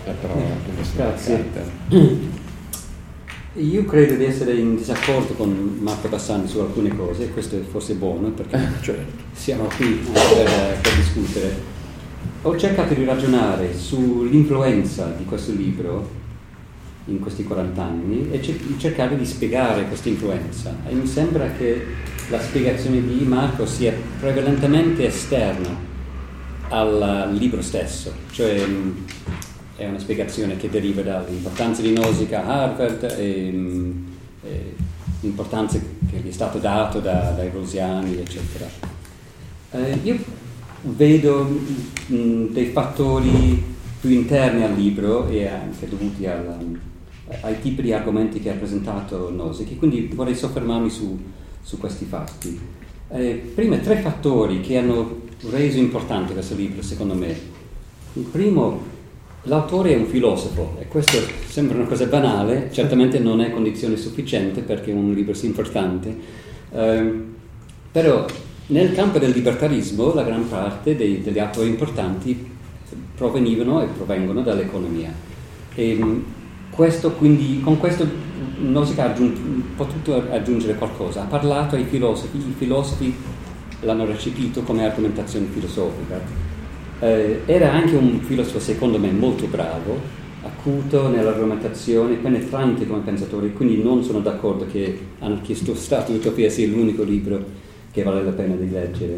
la parola al professor Grazie. Carter. Io credo di essere in disaccordo con Marco Bassani su alcune cose, e questo è forse buono perché siamo qui per discutere. Ho cercato di ragionare sull'influenza di questo libro in questi 40 anni e cercare di spiegare questa influenza, e mi sembra che la spiegazione di Marco sia prevalentemente esterna al libro stesso, cioè è una spiegazione che deriva dall'importanza di Nozick a Harvard e l'importanza che gli è stato dato dai Rosiani, eccetera. Io vedo dei fattori più interni al libro e anche dovuti ai tipi di argomenti che ha presentato Nozick, e quindi vorrei soffermarmi su questi fatti. Prima 3 fattori che hanno reso importante questo libro, secondo me. Il primo: l'autore è un filosofo, e questo sembra una cosa banale, certamente non è condizione sufficiente perché un libro sia importante, però nel campo del libertarismo la gran parte degli autori importanti provenivano e provengono dall'economia. E con questo Nozick ha potuto aggiungere qualcosa, ha parlato ai filosofi, i filosofi l'hanno recepito come argomentazione filosofica. Era anche un filosofo, secondo me, molto bravo, acuto nell'argomentazione, penetrante come pensatore, quindi non sono d'accordo che Anarchista Stato e Utopia sia l'unico libro che vale la pena di leggere.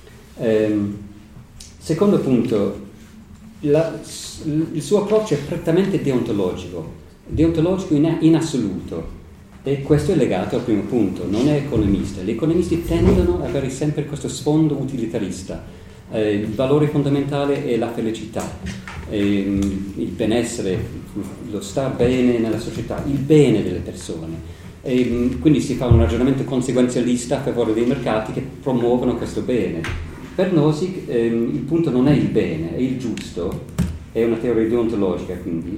Secondo punto, il suo approccio è prettamente deontologico in assoluto, e questo è legato al primo punto, non è economista. Gli economisti tendono ad avere sempre questo sfondo utilitarista. Il valore fondamentale è la felicità, il benessere, lo star bene nella società, il bene delle persone, e quindi si fa un ragionamento conseguenzialista a favore dei mercati che promuovono questo bene. Per Nozick il punto non è il bene, è il giusto, è una teoria deontologica,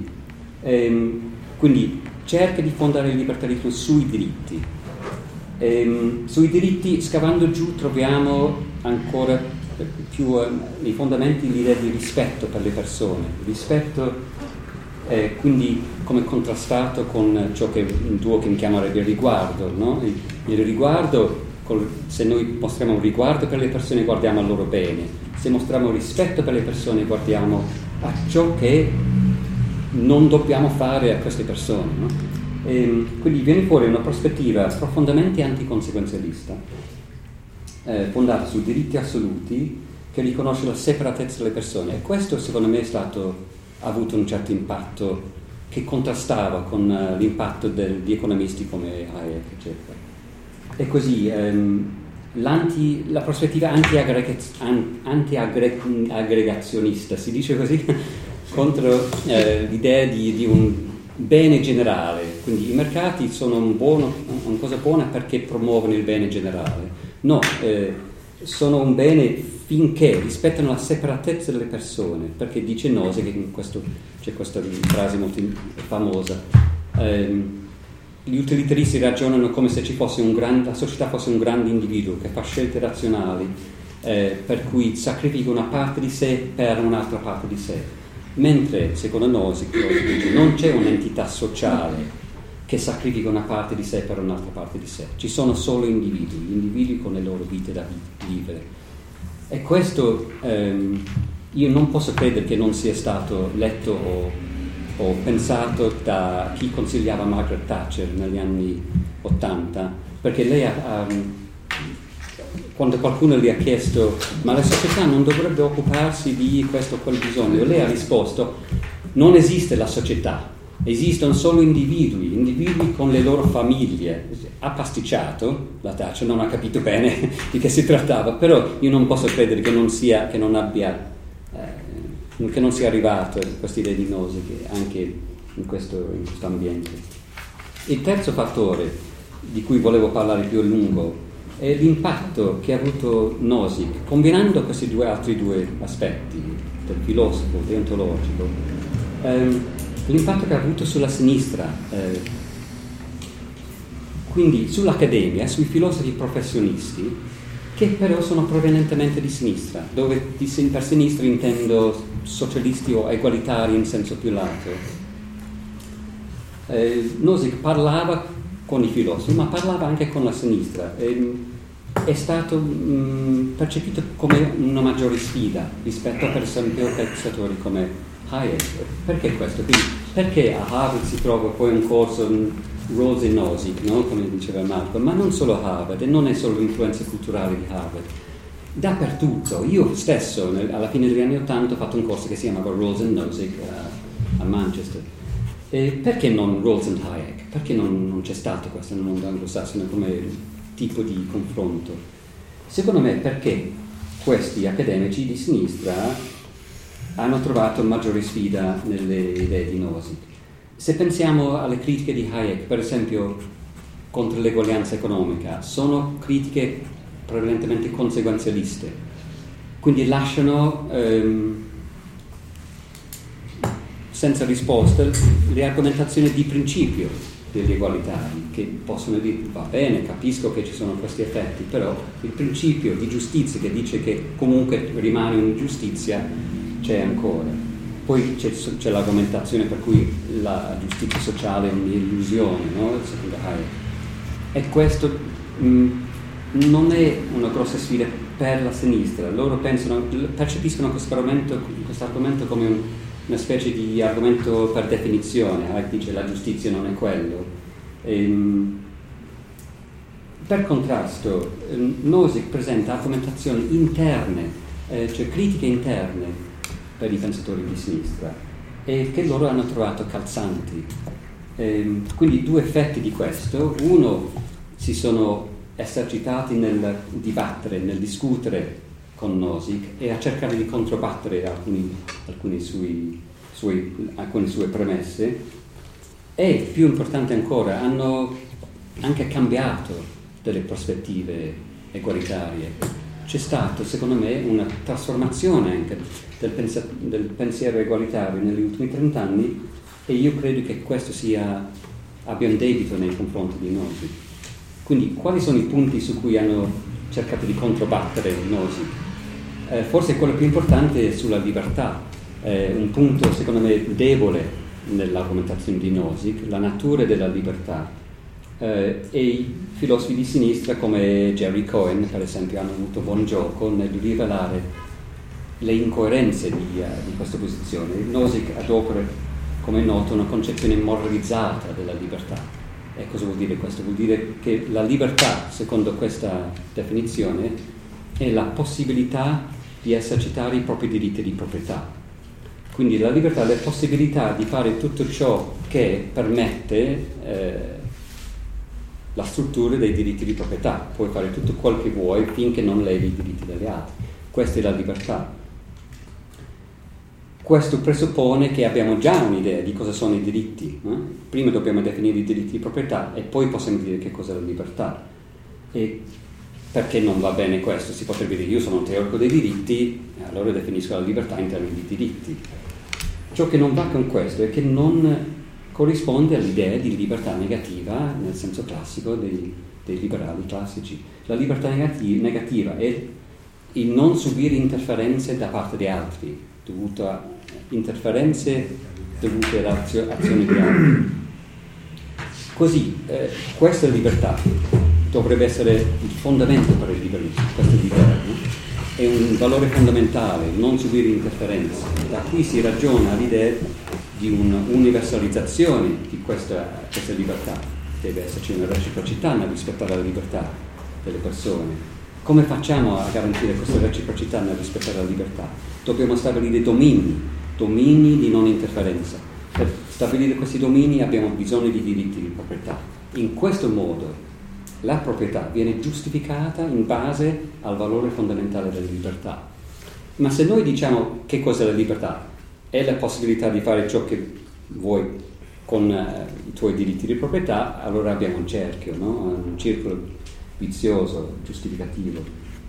quindi cerca di fondare il libertarismo sui diritti. Sui diritti, scavando giù, troviamo ancora più nei fondamenti l'idea di rispetto per le persone, rispetto quindi come contrastato con ciò che un Dworkin chiamerebbe il riguardo, no? Il riguardo, se noi mostriamo un riguardo per le persone guardiamo al loro bene, se mostriamo rispetto per le persone guardiamo a ciò che non dobbiamo fare a queste persone, no? Quindi viene fuori una prospettiva profondamente anticonseguenzialista, fondata su diritti assoluti, che riconosce la separatezza delle persone, e questo secondo me ha avuto un certo impatto che contrastava con l'impatto di economisti come Hayek, eccetera. E così la prospettiva anti-aggregazionista, si dice così, contro l'idea di un bene generale, quindi i mercati sono una cosa buona perché promuovono il bene generale. No, sono un bene finché rispettano la separatezza delle persone, perché dice Nozick, che c'è questa frase molto famosa, gli utilitaristi ragionano come se la società fosse un grande individuo che fa scelte razionali, per cui sacrifica una parte di sé per un'altra parte di sé, mentre secondo Nozick dice, non c'è un'entità sociale che sacrifica una parte di sé per un'altra parte di sé, ci sono solo individui con le loro vite da vivere. E questo io non posso credere che non sia stato letto o pensato da chi consigliava Margaret Thatcher negli anni 80, perché lei quando qualcuno gli ha chiesto ma la società non dovrebbe occuparsi di questo o quel bisogno, lei ha risposto: non esiste la società, esistono solo individui con le loro famiglie. Ha pasticciato la Thatcher, non ha capito bene di che si trattava, però io non posso credere che non sia arrivato a questa idea di Nozick anche in questo ambiente. Il terzo fattore di cui volevo parlare più a lungo è l'impatto che ha avuto Nozick, combinando questi altri due aspetti del filosofo deontologico, l'impatto che ha avuto sulla sinistra, quindi sull'accademia, sui filosofi professionisti, che però sono prevalentemente di sinistra, dove per sinistra intendo socialisti o egualitari in senso più lato. Nozick parlava con i filosofi, ma parlava anche con la sinistra. È stato percepito come una maggiore sfida rispetto per esempio a pensatori come Hayek. Perché questo? Quindi, perché a Harvard si trova poi un corso Rawls e Nozick, no? Come diceva Marco, ma non solo a Harvard, e non è solo l'influenza culturale di Harvard, dappertutto. Io stesso alla fine degli anni '80 ho fatto un corso che si chiamava Rawls and Nozick a Manchester. Perché non Rawls and Hayek? Perché non c'è stato questo nel mondo anglosassone come tipo di confronto? Secondo me perché questi accademici di sinistra hanno trovato maggiore sfida nelle idee di Nozick. Se pensiamo alle critiche di Hayek, per esempio contro l'eguaglianza economica, sono critiche prevalentemente conseguenzialiste, quindi lasciano senza risposta le argomentazioni di principio degli egualitari, che possono dire va bene, capisco che ci sono questi effetti, però il principio di giustizia che dice che comunque rimane un'ingiustizia c'è ancora. Poi c'è l'argomentazione per cui la giustizia sociale è un'illusione, no? Secondo Hayek. E questo non è una grossa sfida per la sinistra. Loro percepiscono questo argomento come una specie di argomento per definizione. Hayek dice la giustizia non è quello. Per contrasto, Nozick presenta argomentazioni interne, cioè critiche interne per i pensatori di sinistra, e che loro hanno trovato calzanti. Quindi due effetti di questo: uno, si sono esercitati nel dibattere, nel discutere con Nozick e a cercare di controbattere alcune sue premesse, e più importante ancora hanno anche cambiato delle prospettive egualitarie. C'è stato, secondo me, una trasformazione anche del pensiero egualitario negli ultimi 30 anni, e io credo che questo abbia un debito nei confronti di Nozick. Quindi quali sono i punti su cui hanno cercato di controbattere Nozick? Forse quello più importante è sulla libertà, un punto secondo me debole nell'argomentazione di Nozick, la natura della libertà. E i filosofi di sinistra come Jerry Cohen, per esempio, hanno avuto buon gioco nel rivelare le incoerenze di questa posizione. Nozick adopera, come è noto, una concezione moralizzata della libertà. E cosa vuol dire questo? Vuol dire che la libertà, secondo questa definizione, è la possibilità di esercitare i propri diritti di proprietà. Quindi la libertà è la possibilità di fare tutto ciò che permette la struttura dei diritti di proprietà. Puoi fare tutto quel che vuoi finché non levi i diritti degli altri. Questa è la libertà. Questo presuppone che abbiamo già un'idea di cosa sono i diritti. Prima dobbiamo definire i diritti di proprietà e poi possiamo dire che cos'è la libertà. E perché non va bene questo? Si potrebbe dire io sono un teorico dei diritti e allora definisco la libertà in termini di diritti. Ciò che non va con questo è che non corrisponde all'idea di libertà negativa nel senso classico dei liberali classici. La libertà negativa è il non subire interferenze da parte di altri, interferenze dovute all'azione di altri. Così, questa libertà dovrebbe essere il fondamento per il liberismo, questa l'idea, no? È un valore fondamentale, non subire interferenze. Da qui si ragiona l'idea di un'universalizzazione di questa libertà. Deve esserci una reciprocità nel rispettare la libertà delle persone. Come facciamo a garantire questa reciprocità nel rispettare la libertà? Dobbiamo stabilire domini di non interferenza. Per stabilire questi domini abbiamo bisogno di diritti di proprietà. In questo modo la proprietà viene giustificata in base al valore fondamentale della libertà. Ma se noi diciamo che cos'è la libertà? È la possibilità di fare ciò che vuoi con i tuoi diritti di proprietà, allora abbiamo un cerchio, no? Un circolo vizioso, giustificativo.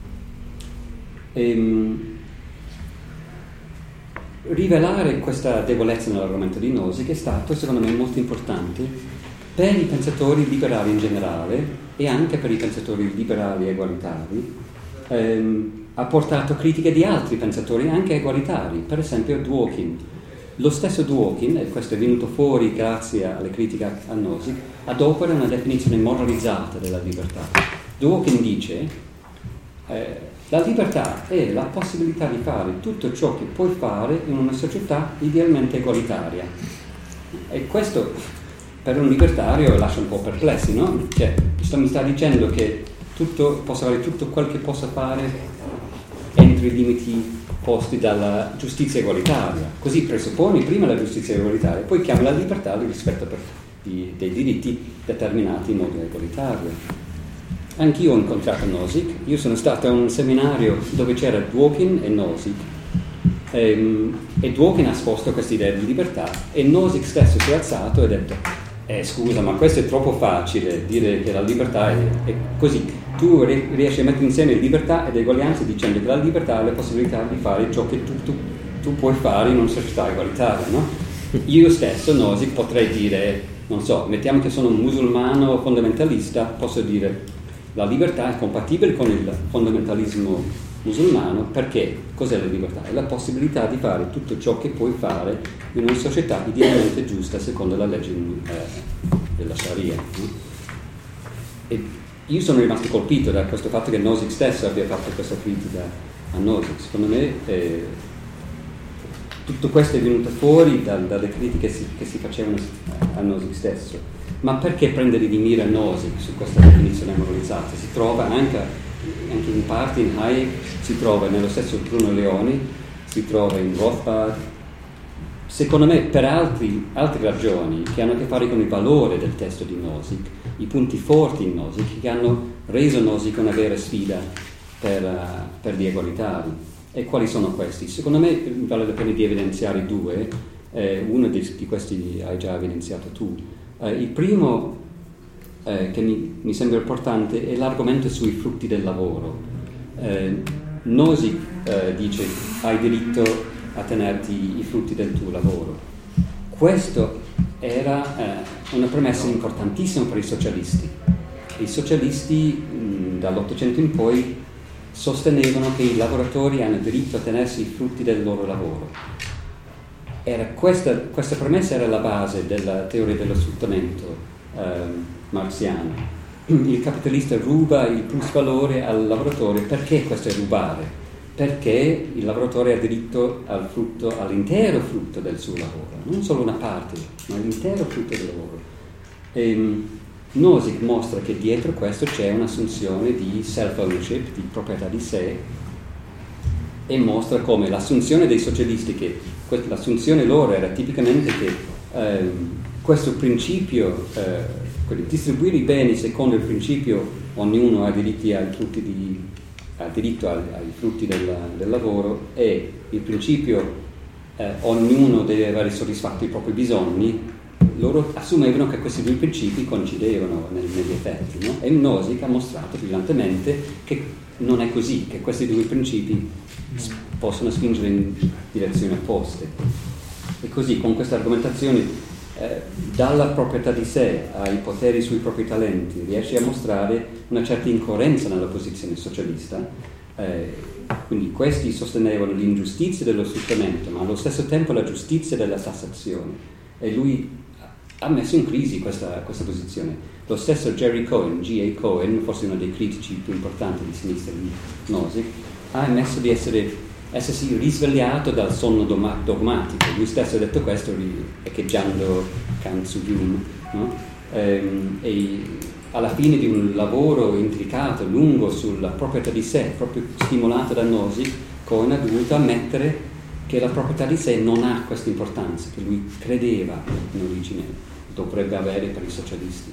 Rivelare questa debolezza nell'argomento di Nozick è stato, secondo me, molto importante per i pensatori liberali in generale e anche per i pensatori liberali egualitari, ha portato critiche di altri pensatori anche egualitari, per esempio Dworkin. Lo stesso Dworkin, e questo è venuto fuori grazie alle critiche a Nozick, adopera una definizione moralizzata della libertà. Dworkin dice la libertà è la possibilità di fare tutto ciò che puoi fare in una società idealmente egualitaria. E questo per un libertario lascia un po' perplessi, no? Cioè, mi sta dicendo che posso fare tutto quel che possa fare entro i limiti posti dalla giustizia egualitaria. Così presupponi prima la giustizia egualitaria, poi chiami la libertà il rispetto dei diritti determinati in modo egualitario. Anch'io ho incontrato Nozick, io sono stato a un seminario dove c'era Dworkin e Nozick, e Dworkin ha esposto questa idea di libertà e Nozick stesso si è alzato e ha detto scusa, ma questo è troppo facile, dire che la libertà è così. Tu riesci a mettere insieme libertà ed eguaglianza dicendo che la libertà ha la possibilità di fare ciò che tu puoi fare in una società egualitaria, no? Io stesso, Nozick, potrei dire, non so, mettiamo che sono un musulmano fondamentalista, posso dire la libertà è compatibile con il fondamentalismo musulmano, perché cos'è la libertà? È la possibilità di fare tutto ciò che puoi fare in una società idealmente giusta secondo la legge della Sharia, no? E io sono rimasto colpito da questo fatto che Nozick stesso abbia fatto questa critica a Nozick. Secondo me tutto questo è venuto fuori dalle critiche che si facevano a Nozick stesso. Ma perché prendere di mira Nozick su questa definizione moralizzata? Si trova anche in parte in Hayek, si trova nello stesso Bruno Leoni, si trova in Rothbard. Secondo me per altre ragioni che hanno a che fare con il valore del testo di Nozick, i punti forti in Nozick che hanno reso Nozick una vera sfida per gli egualitari. E quali sono questi? Secondo me vale la pena di evidenziare due, uno di questi hai già evidenziato tu. Il primo che mi sembra importante è l'argomento sui frutti del lavoro. Nozick dice hai diritto a tenerti i frutti del tuo lavoro. Questo era una premessa importantissima per i socialisti. I socialisti dall'Ottocento in poi sostenevano che i lavoratori hanno diritto a tenersi i frutti del loro lavoro. Questa premessa era la base della teoria dello sfruttamento marxiana. Il capitalista ruba il plusvalore al lavoratore. Perché questo è rubare? Perché il lavoratore ha diritto all'intero frutto del suo lavoro, non solo una parte, ma l'intero frutto del lavoro. E Nozick mostra che dietro questo c'è un'assunzione di self-ownership, di proprietà di sé, e mostra come l'assunzione dei socialisti, che l'assunzione loro era tipicamente che questo principio, distribuire i beni secondo il principio ognuno ha diritti ai frutti ha diritto ai frutti del lavoro, e il principio ognuno deve avere soddisfatto i propri bisogni, loro assumevano che questi due principi coincidevano negli effetti, no? E Nozick ha mostrato brillantemente che non è così, che questi due principi possono spingere in direzioni opposte. E così, con queste argomentazioni, dalla proprietà di sé ai poteri sui propri talenti, riesce a mostrare una certa incoerenza nella posizione socialista. Quindi questi sostenevano l'ingiustizia dello sfruttamento, ma allo stesso tempo la giustizia della tassazione, e lui ha messo in crisi questa posizione. Lo stesso Jerry Cohen, G.A. Cohen, forse uno dei critici più importanti di sinistra di Nozick, ha ammesso di essersi risvegliato dal sonno dogmatico. Lui stesso ha detto questo echeggiando Kant su Hume, no? E alla fine di un lavoro intricato, lungo, sulla proprietà di sé, proprio stimolato da Nozick, Cohen ha dovuto ammettere che la proprietà di sé non ha questa importanza che lui credeva in origine dovrebbe avere per i socialisti.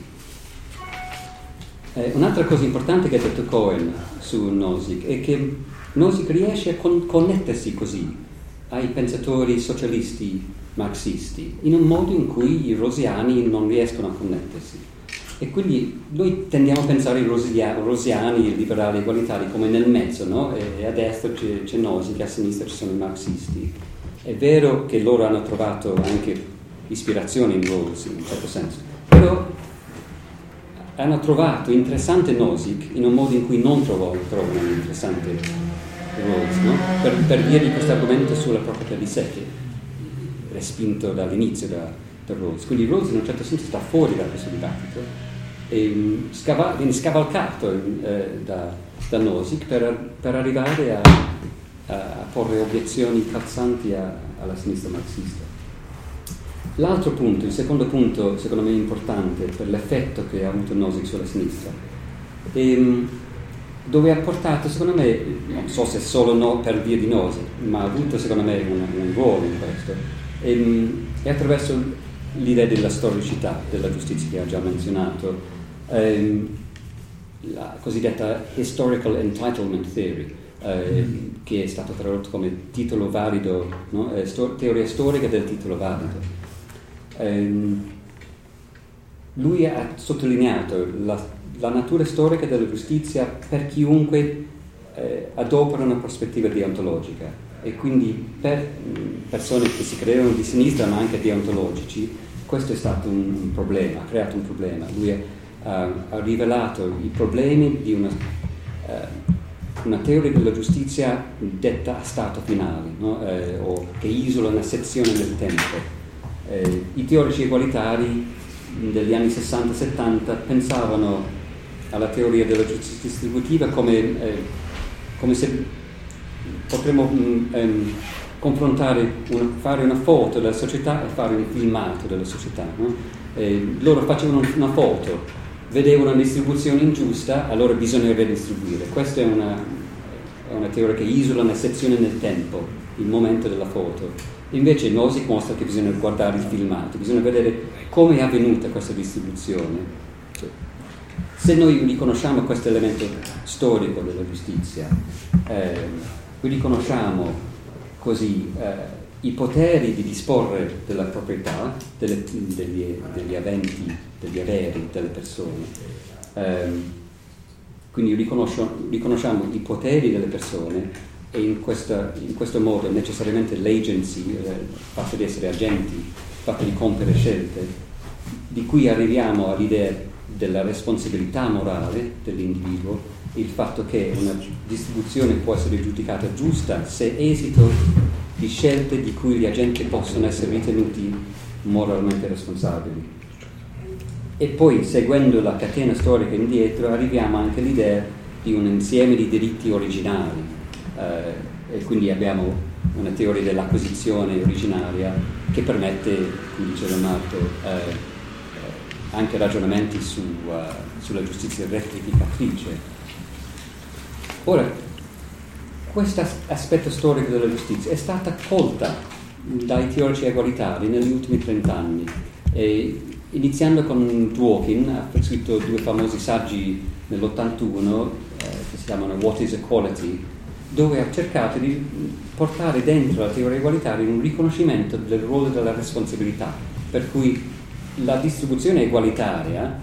Un'altra cosa importante che ha detto Cohen su Nozick è che Nozick riesce a connettersi così ai pensatori socialisti marxisti in un modo in cui i rosiani non riescono a connettersi, e quindi noi tendiamo a pensare ai rosiani, i liberali egualitari, come nel mezzo, no? E a destra c'è Nozick, a sinistra ci sono i marxisti. È vero che loro hanno trovato anche ispirazione in Rawls in un certo senso, però hanno trovato interessante Nozick in un modo in cui non trovano interessante Rawls, no? per via di questo argomento sulla proprietà di sé, che è respinto dall'inizio da Rawls. Quindi Rawls in un certo senso sta fuori da questo dibattito e viene scavalcato da Nozick per arrivare a porre obiezioni calzanti alla sinistra marxista. L'altro punto, il secondo punto secondo me importante per l'effetto che ha avuto Nozick sulla sinistra, dove ha portato secondo me, non so se solo per via di Nozick, ma ha avuto secondo me un ruolo in questo, è attraverso l'idea della storicità della giustizia che ha già menzionato, la cosiddetta historical entitlement theory, che è stato tradotto come titolo valido, no? Teoria storica del titolo valido. Lui ha sottolineato la natura storica della giustizia per chiunque adopera una prospettiva deontologica, e quindi per persone che si credono di sinistra ma anche deontologici questo è stato un problema, ha creato un problema. Lui ha rivelato i problemi di una teoria della giustizia detta a stato finale, no? O che isola una sezione nel tempo. I teorici egualitari degli anni 60-70 pensavano alla teoria della giustizia distributiva come se potremmo confrontare, fare una foto della società e fare un filmato della società, no? Loro facevano una foto, vedevano una distribuzione ingiusta, allora bisogna redistribuire. Questa è una teoria che isola una sezione nel tempo, il momento della foto. Invece Nozick mostra che bisogna guardare il filmato, bisogna vedere come è avvenuta questa distribuzione. Se noi riconosciamo questo elemento storico della giustizia, riconosciamo così i poteri di disporre della proprietà degli aventi, degli averi delle persone, quindi riconosciamo i poteri delle persone, e in questo modo necessariamente l'agency, il fatto di essere agenti, il fatto di compiere scelte, di cui arriviamo all'idea della responsabilità morale dell'individuo, il fatto che una distribuzione può essere giudicata giusta se esito di scelte di cui gli agenti possono essere ritenuti moralmente responsabili. E poi, seguendo la catena storica indietro, arriviamo anche all'idea di un insieme di diritti originari. E quindi abbiamo una teoria dell'acquisizione originaria che permette, come diceva Marco, anche ragionamenti sulla giustizia rettificatrice. Ora, questo aspetto storico della giustizia è stata colta dai teorici egualitari negli ultimi 30 anni, iniziando con Dworkin. Ha scritto 2 famosi saggi nell'81 che si chiamano What is Equality, dove ha cercato di portare dentro la teoria egualitaria un riconoscimento del ruolo della responsabilità, per cui la distribuzione egualitaria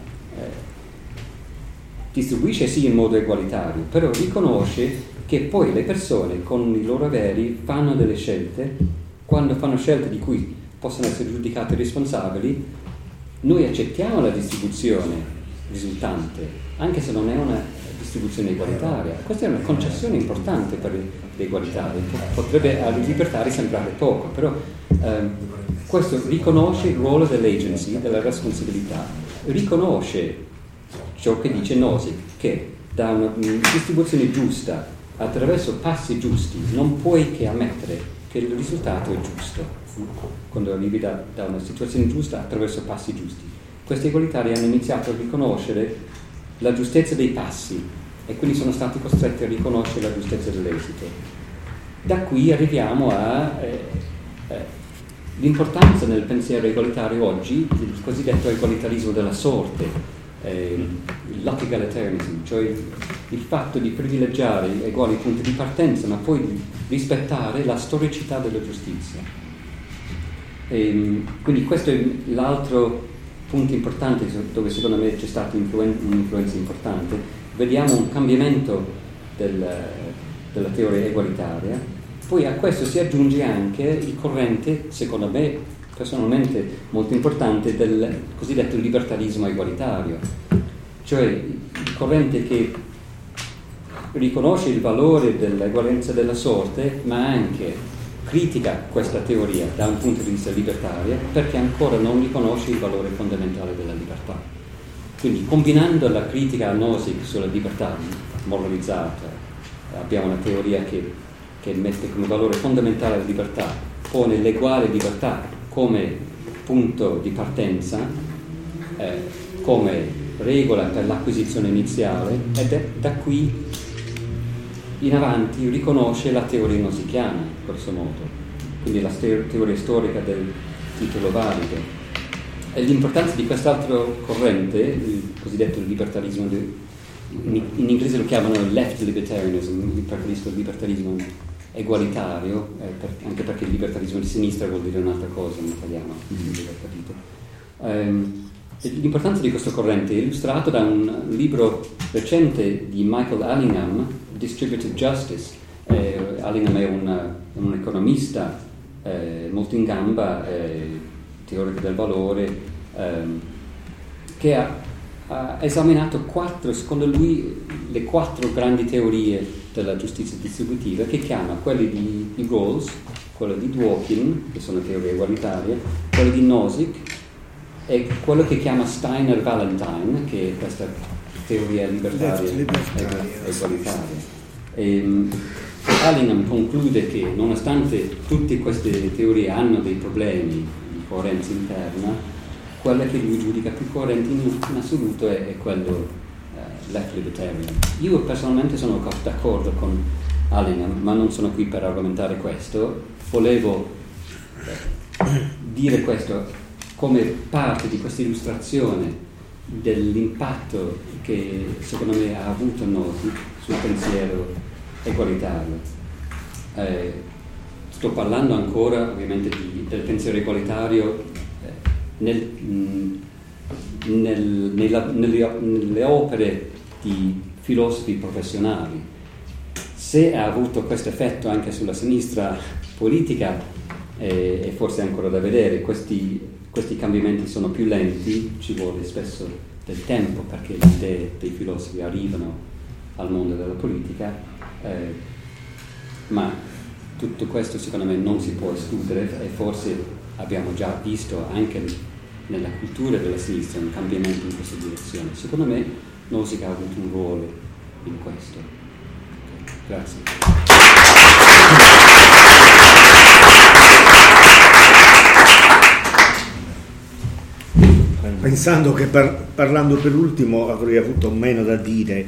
distribuisce sì in modo egualitario, però riconosce che poi le persone con i loro averi fanno delle scelte. Quando fanno scelte di cui possono essere giudicate responsabili, noi accettiamo la distribuzione risultante, anche se non è una distribuzione egualitaria. Questa è una concessione importante per gli egualitari, potrebbe ai libertari sembrare poco, però questo riconosce il ruolo dell'agency, della responsabilità, riconosce ciò che dice Nozick, che da una distribuzione giusta, attraverso passi giusti, non puoi che ammettere che il risultato è giusto. Quando arrivi da una situazione giusta attraverso passi giusti. Questi egualitari hanno iniziato a riconoscere la giustezza dei passi e quindi sono stati costretti a riconoscere la giustezza dell'esito. Da qui arriviamo all'importanza nel pensiero egualitario oggi del cosiddetto egualitarismo della sorte, il luck egalitarianism, cioè il fatto di privilegiare uguali punti di partenza ma poi di rispettare la storicità della giustizia. Quindi questo è l'altro punto importante dove secondo me c'è stata un'influenza importante. Vediamo un cambiamento della teoria egualitaria, poi a questo si aggiunge anche il corrente, secondo me personalmente molto importante, del cosiddetto libertarismo egualitario, cioè il corrente che riconosce il valore dell'eguaglianza della sorte, ma anche critica questa teoria da un punto di vista libertario, perché ancora non riconosce il valore fondamentale della libertà. Quindi, combinando la critica a Nozick sulla libertà moralizzata, abbiamo una teoria che mette come valore fondamentale la libertà, pone l'eguale libertà come punto di partenza, come regola per l'acquisizione iniziale, ed è da qui in avanti riconosce la teoria nozicchiana, grosso modo, quindi la teoria storica del titolo valido. E l'importanza di quest'altro corrente, il cosiddetto libertarismo, in inglese lo chiamano left libertarianism, io preferisco il libertarismo egualitario, anche perché il libertarismo di sinistra vuol dire un'altra cosa in italiano, capito? L'importanza di questo corrente è illustrato da un libro recente di Michael Allingham, Distributive Justice. Allingham è un economista molto in gamba, teorico del valore, che ha esaminato secondo lui, le 4 grandi teorie della giustizia distributiva, che chiama quelle di Rawls, quella di Dworkin, che sono teorie egualitarie, quelle di Nozick, e quello che chiama Steiner-Valentine, che è questa teoria libertaria egualitaria. Allingham conclude che, nonostante tutte queste teorie hanno dei problemi di coerenza interna, quella che lui giudica più coerente in assoluto è quello left libertarian. Io personalmente sono d'accordo con Allingham, ma non sono qui per argomentare questo. Volevo dire questo come parte di questa illustrazione dell'impatto che secondo me ha avuto Nozick sul pensiero egualitario. Sto parlando ancora ovviamente del pensiero egualitario nelle opere di filosofi professionali. Se ha avuto questo effetto anche sulla sinistra politica è forse ancora da vedere. Questi cambiamenti sono più lenti, ci vuole spesso del tempo perché le idee dei filosofi arrivano al mondo della politica, ma tutto questo secondo me non si può escludere, e forse abbiamo già visto anche nella cultura della sinistra un cambiamento in questa direzione. Secondo me Nozick ha avuto un ruolo in questo. Grazie. Pensando che parlando per ultimo avrei avuto meno da dire